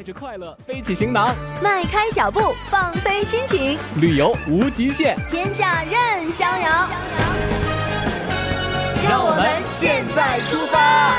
着快乐背起行囊， 迈开脚步放飞心情， 旅游无极限， 天下任逍遥。 让我们现在出发。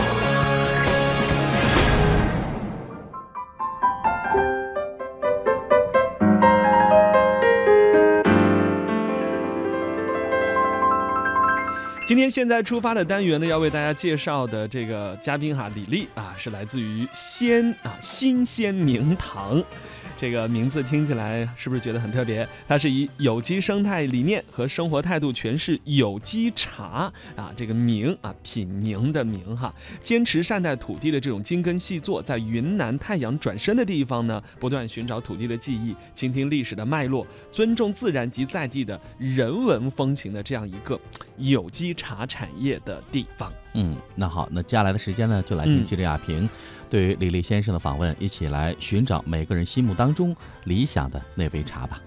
今天现在出发的单元呢，要为大家介绍的这个嘉宾李丽是来自于新鲜名堂。这个名字听起来是不是觉得很特别？它是以有机生态理念和生活态度诠释有机茶这个名品茗的名坚持善待土地的这种精耕细作，在云南太阳转身的地方呢，不断寻找土地的记忆，倾听历史的脉络，尊重自然及在地的人文风情的这样一个有机茶产业的地方。 那好，那接下来的时间呢，就来听记者亚平对于李丽先生的访问，一起来寻找每个人心目当中理想的那杯茶吧。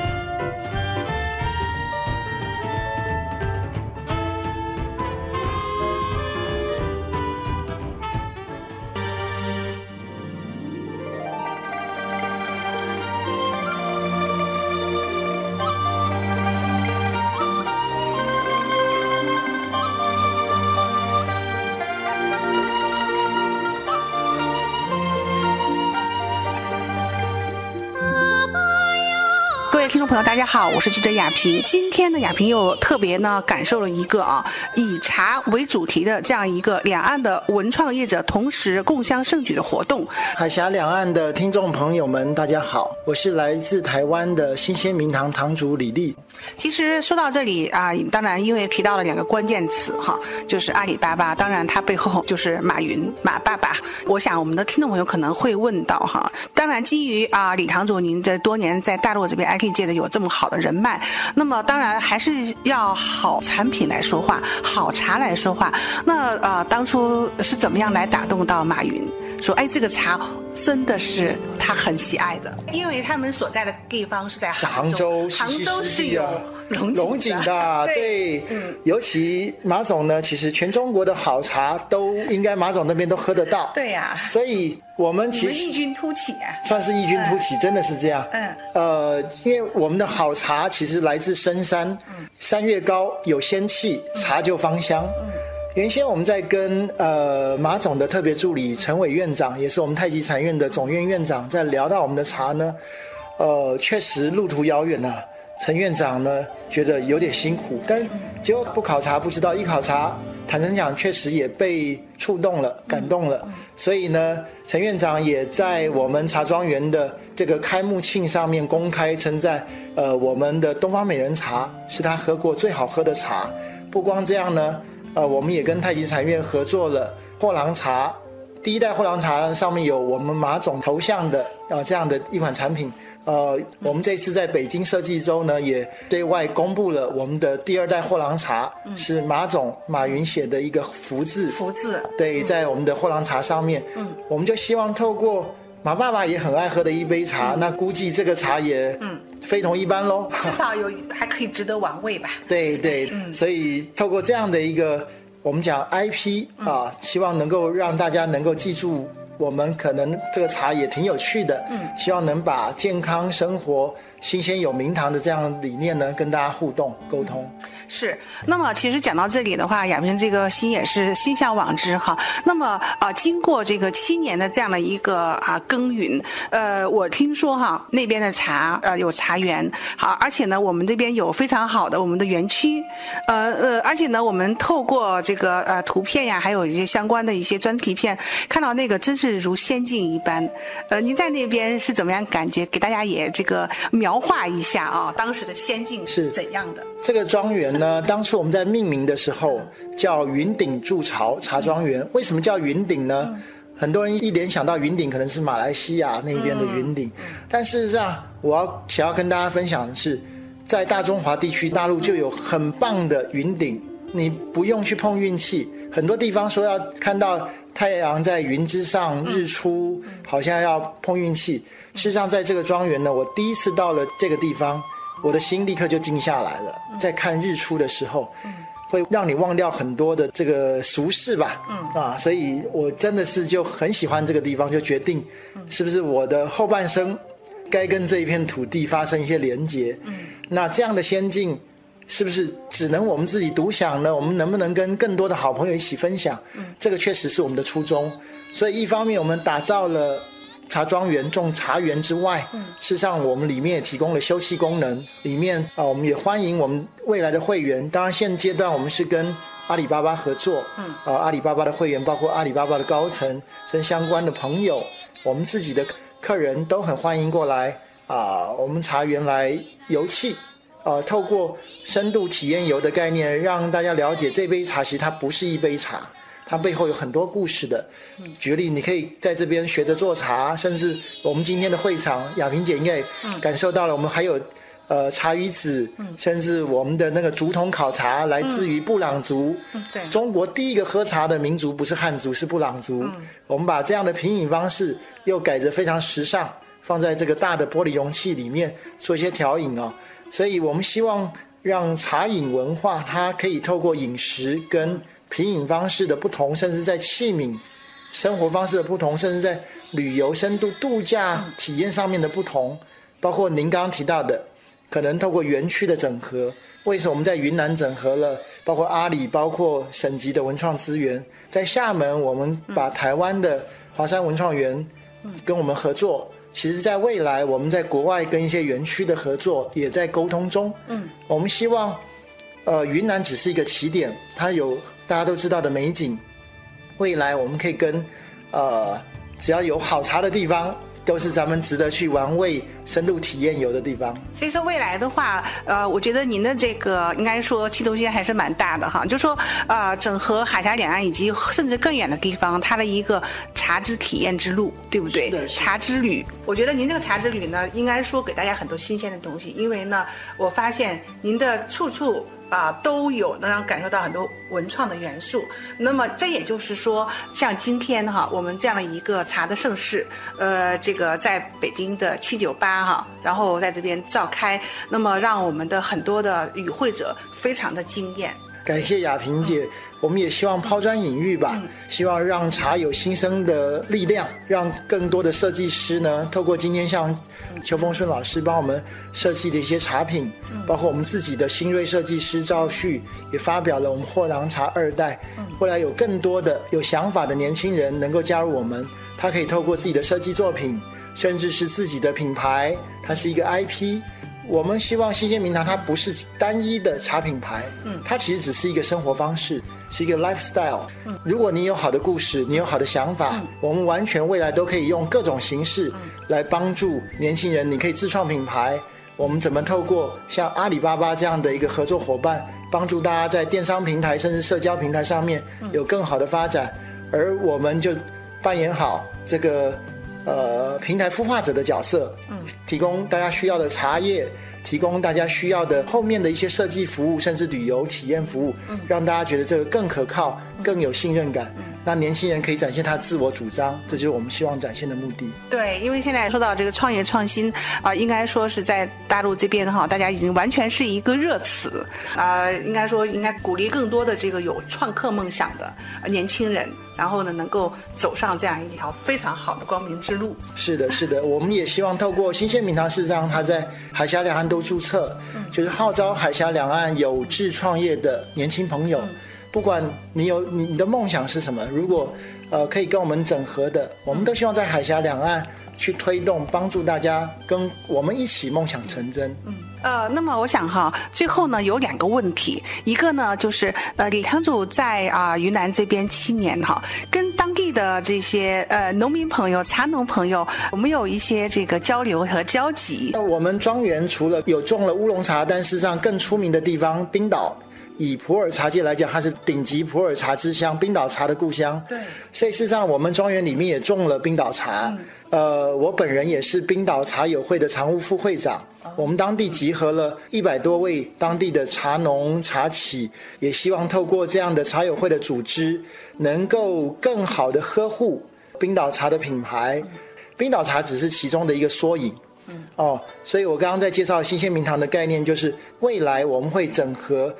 听众朋友大家好，我是记者亚平。今天呢，亚平又特别呢感受了一个以茶为主题的这样一个两岸的文创业者同时共襄盛举的活动。 海峡两岸的听众朋友们大家好，我是来自台湾的新鲜名堂堂主李丽。 其实说到这里当然因为提到了两个关键词就是阿里巴巴，当然它背后就是马云马爸爸。我想我们的听众朋友可能会问到当然基于李堂主您这多年在大陆这边 IT 界的有这么好的人脉，那么当然还是要好产品来说话，好茶来说话。那当初是怎么样来打动到马云，说这个茶真的是他很喜爱的？因为他们所在的地方是在杭州，杭州是有龙井的， 对，尤其马总呢，其实全中国的好茶都应该马总那边都喝得到， 对呀， 所以我们其实异军突起算是异军突起，真的是这样。因为我们的好茶其实来自深山，山越高有仙气，茶就芳香。原先我们在跟马总的特别助理陈伟院长，也是我们太极禅院的总院院长，在聊到我们的茶呢，确实路途遥远陈院长呢觉得有点辛苦，但结果不考察不知道，一考察坦诚讲确实也被触动了，感动了。所以呢，陈院长也在我们茶庄园的这个开幕庆上面公开称赞我们的东方美人茶是他喝过最好喝的茶。不光这样呢，我们也跟太极禅院合作了货郎茶，第一代货郎茶上面有我们马总头像的这样的一款产品。我们这次在北京设计周呢，也对外公布了我们的第二代货郎茶，是马总马云写的一个福字，对，在我们的货郎茶上面，我们就希望透过马爸爸也很爱喝的一杯茶，那估计这个茶也非同一般咯， 至少还可以值得玩味吧。 对对，所以透过这样的一个我们讲 IP 希望能够让大家能够记住我们可能这个茶也挺有趣的，希望能把健康生活、新鲜有名堂的这样的理念呢，跟大家互动沟通。 是，那么其实讲到这里的话，亚平这个心也是心向往之那么经过这个7年的这样的一个耕耘，我听说那边的茶有茶园而且呢，我们这边有非常好的我们的园区，而且呢，我们透过这个图片呀，还有一些相关的一些专题片，看到那个真是如仙境一般。您在那边是怎么样感觉？给大家也这个描画一下当时的仙境是怎样的？ 这个庄园呢，当初我们在命名的时候叫云顶筑巢茶庄园。为什么叫云顶呢？很多人一联想到云顶可能是马来西亚那边的云顶，但事实上我想要跟大家分享的是，在大中华地区大陆就有很棒的云顶，你不用去碰运气。很多地方说要看到太阳在云之上日出，好像要碰运气。事实上在这个庄园呢，我第一次到了这个地方，我的心立刻就静下来了。在看日出的时候， 会让你忘掉很多的这个俗事吧。所以我真的是就很喜欢这个地方，就决定是不是我的后半生该跟这一片土地发生一些连结。那这样的仙境是不是只能我们自己独享呢？我们能不能跟更多的好朋友一起分享？这个确实是我们的初衷。所以一方面我们打造了茶庄园种茶园之外，事实上我们里面也提供了休憩功能，里面我们也欢迎我们未来的会员。当然现阶段我们是跟阿里巴巴合作，阿里巴巴的会员包括阿里巴巴的高层跟相关的朋友，我们自己的客人都很欢迎过来我们茶园来游憩，透过深度体验游的概念，让大家了解这杯茶其实它不是一杯茶，它背后有很多故事的。举例，你可以在这边学着做茶，甚至我们今天的会场，雅萍姐应该也感受到了，我们还有茶鱼子，甚至我们的那个竹筒烤茶来自于布朗族。 对， 中国第一个喝茶的民族不是汉族，是布朗族。我们把这样的品饮方式又改着非常时尚，放在这个大的玻璃容器里面做一些调饮所以我们希望让茶饮文化它可以透过饮食跟品饮方式的不同，甚至在器皿生活方式的不同，甚至在旅游深度度假体验上面的不同，包括您刚刚提到的可能透过园区的整合。为什么我们在云南整合了包括阿里包括省级的文创资源，在厦门我们把台湾的华山文创园跟我们合作，其实在未来我们在国外跟一些园区的合作也在沟通中。我们希望云南只是一个起点，它有大家都知道的美景，未来我们可以跟只要有好茶的地方，都是咱们值得去玩味深度体验游的地方。 所以说未来的话我觉得您的这个应该说企图心还是蛮大的哈，就说整合海峡两岸以及甚至更远的地方，它的一个茶之体验之路，对不对？茶之旅，我觉得您这个茶之旅呢，应该说给大家很多新鲜的东西，因为呢我发现您的处处都有能让感受到很多文创的元素。那么这也就是说，像今天我们这样的一个茶的盛事，这个在北京的798然后在这边召开，那么让我们的很多的与会者非常的惊艳。 感谢雅萍姐，我们也希望抛砖引玉吧，希望让茶有新生的力量，让更多的设计师呢，透过今天像邱峰顺老师帮我们设计的一些茶品，包括我们自己的新锐设计师赵旭也发表了我们货郎茶2代，未来有更多的有想法的年轻人能够加入我们，他可以透过自己的设计作品，甚至是自己的品牌，它是一个 IP。我们希望新鲜茗堂它不是单一的茶品牌，它其实只是一个生活方式，是一个 lifestyle。如果你有好的故事，你有好的想法，我们完全未来都可以用各种形式来帮助年轻人。你可以自创品牌，我们怎么透过像阿里巴巴这样的一个合作伙伴，帮助大家在电商平台甚至社交平台上面有更好的发展，而我们就扮演好这个平台孵化者的角色，提供大家需要的茶叶，提供大家需要的后面的一些设计服务，甚至旅游体验服务，让大家觉得这个更可靠，更有信任感。那年轻人可以展现他自我主张，这就是我们希望展现的目的。 对，因为现在说到这个创业创新应该说是在大陆这边大家已经完全是一个热词应该说应该鼓励更多的这个有创客梦想的年轻人，然后呢能够走上这样一条非常好的光明之路。 是的，是的，我们也希望透过新鲜茗堂，事实上它在海峡两岸都注册，就是号召海峡两岸有志创业的年轻朋友，不管你的梦想是什么，如果可以跟我们整合的，我们都希望在海峡两岸去推动，帮助大家跟我们一起梦想成真。 那么我想最后呢有2个问题，一个呢就是李堂主在云南这边7年跟当地的这些农民朋友、茶农朋友，有没有一些这个交流和交集？ 我们庄园除了有种了乌龙茶，但事实上更出名的地方冰岛，以普洱茶界来讲，它是顶级普洱茶之乡，冰岛茶的故乡。 对， 所以事实上我们庄园里面也种了冰岛茶。我本人也是冰岛茶友会的常务副会长。我们当地集合了100多位当地的茶农、茶企，也希望透过这样的茶友会的组织，能够更好的呵护冰岛茶的品牌。冰岛茶只是其中的一个缩影。所以我刚刚在介绍新鲜茗堂的概念，就是未来我们会整合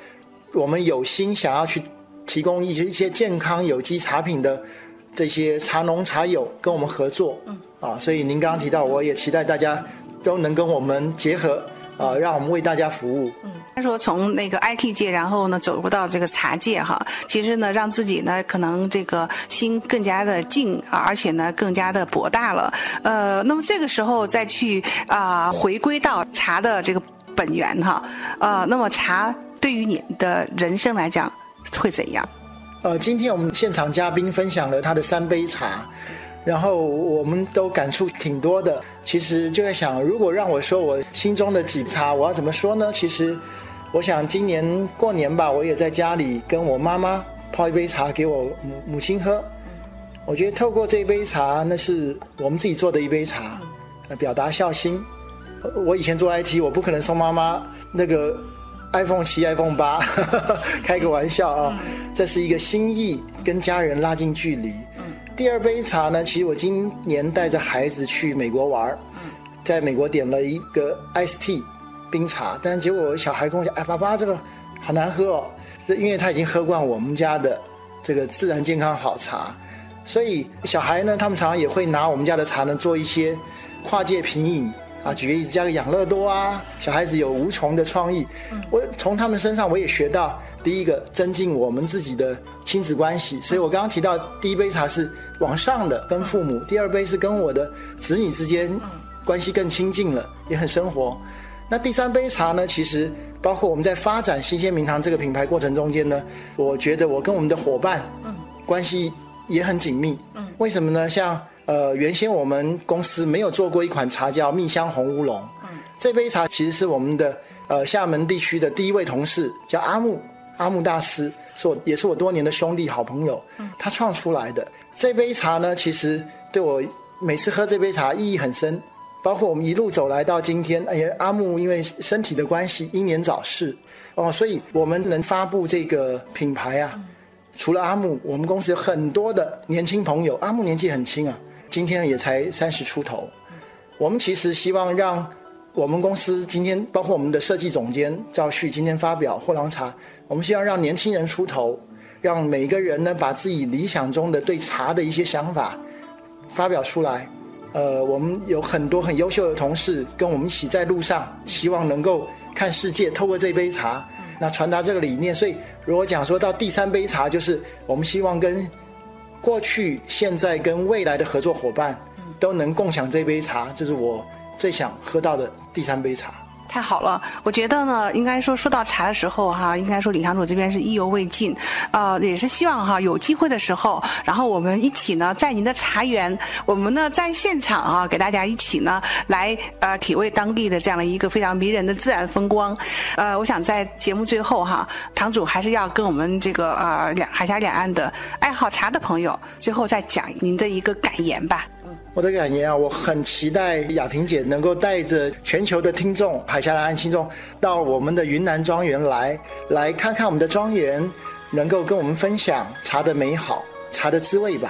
我们有心想要去提供一些健康有机茶品的这些茶农茶友跟我们合作，所以您刚刚提到，我也期待大家都能跟我们结合，让我们为大家服务。 他说从那个 IT 界，然后呢走过到这个茶界哈，其实呢让自己呢可能这个心更加的静而且呢更加的博大了。那么这个时候再去回归到茶的这个本源哈，那么茶对于你的人生来讲会怎样？ 今天我们现场嘉宾分享了他的3杯茶，然后我们都感触挺多的。其实就在想，如果让我说我心中的几茶，我要怎么说呢？其实我想今年过年吧，我也在家里跟我妈妈泡一杯茶给我母亲喝。我觉得透过这杯茶，那是我们自己做的一杯茶，表达孝心。我以前做 IT， 我不可能送妈妈那个 iPhone 7、iPhone 8，开个玩笑啊，这是一个心意，跟家人拉近距离。第2杯茶呢，其实我今年带着孩子去美国玩，在美国点了一个 Iced Tea 冰茶，但结果我小孩跟我讲，爸爸这个好难喝哦，因为他已经喝惯我们家的这个自然健康好茶，所以小孩呢，他们常常也会拿我们家的茶呢做一些跨界品饮。举个例子，加个养乐多啊，小孩子有无穷的创意。我从他们身上我也学到，第一个增进我们自己的亲子关系，所以我刚刚提到第1杯茶是往上的跟父母，第2杯是跟我的子女之间关系更亲近了，也很生活。那第3杯茶呢，其实包括我们在发展新鲜茗堂这个品牌过程中间呢，我觉得我跟我们的伙伴关系也很紧密。为什么呢？像原先我们公司没有做过一款茶叫蜜香红乌龙，这杯茶其实是我们的厦门地区的第1位同事叫阿木大师，也是我多年的兄弟好朋友，他创出来的这杯茶呢，其实对我每次喝这杯茶意义很深。包括我们一路走来到今天，阿木因为身体的关系英年早逝所以我们能发布这个品牌啊，除了阿木，我们公司有很多的年轻朋友，阿木年纪很轻啊，今天也才30出头。我们其实希望让我们公司今天，包括我们的设计总监赵旭今天发表货郎茶，我们希望让年轻人出头，让每一个人呢把自己理想中的对茶的一些想法发表出来。我们有很多很优秀的同事跟我们一起在路上，希望能够看世界，透过这杯茶，那传达这个理念。所以如果讲说到第3杯茶，就是我们希望跟过去、现在跟未来的合作伙伴都能共享这杯茶，这是我最想喝到的第3杯茶。 太好了，我觉得呢，应该说到茶的时候哈，应该说李堂主这边是意犹未尽，也是希望哈有机会的时候，然后我们一起呢在您的茶园，我们呢在现场啊给大家一起呢来体味当地的这样的一个非常迷人的自然风光。我想在节目最后哈，堂主还是要跟我们这个海峡两岸的爱好茶的朋友，最后再讲您的一个感言吧。 我的感言啊，我很期待雅萍姐能够带着全球的听众、海峡两岸听众到我们的云南庄园来看看我们的庄园，能够跟我们分享茶的美好、茶的滋味吧。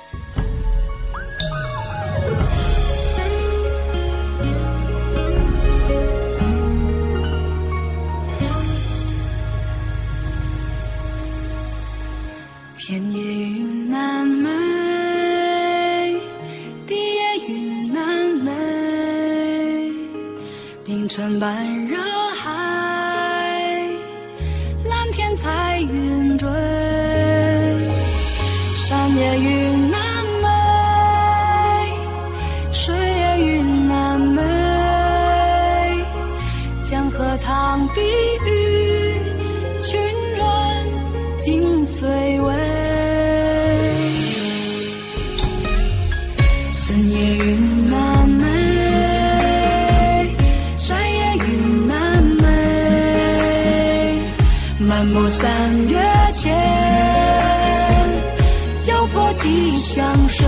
天也云南美，地也云南美，冰川般热海，蓝天彩云追，山也云南美，水也云南美，江河淌碧玉，群人尽翠微。森也云南美，山也云南美，漫步3月前，油泼鸡香水。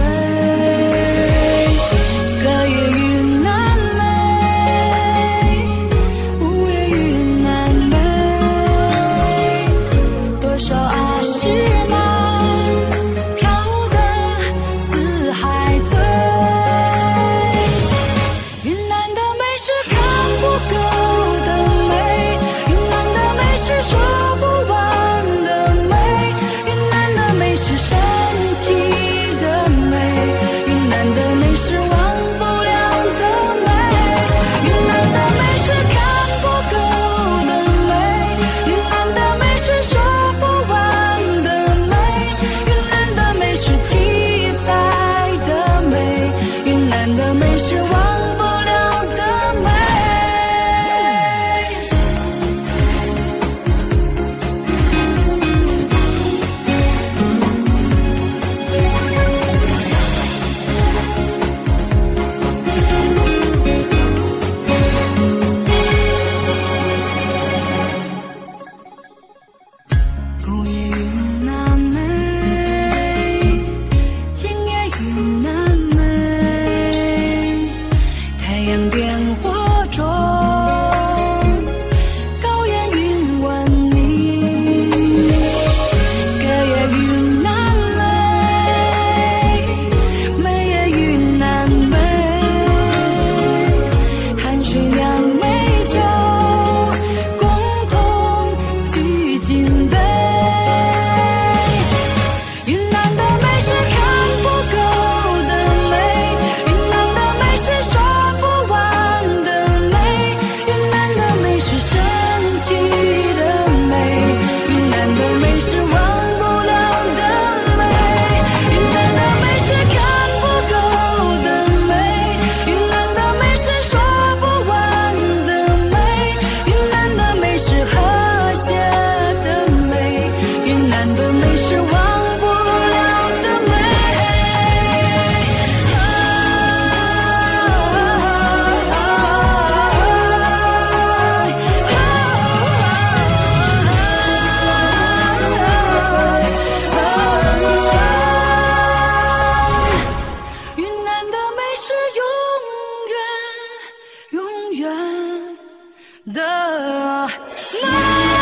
歌也云南美，舞也云南美，多少阿诗玛跳得四海醉。云南的美是看不够的美，云南的美是说不完美是忘不了的美，云南的美是看不够的美，云南的美是说不完的美，云南的美是和谐的美，云南的美是忘不了的美。云南的美是永远的美。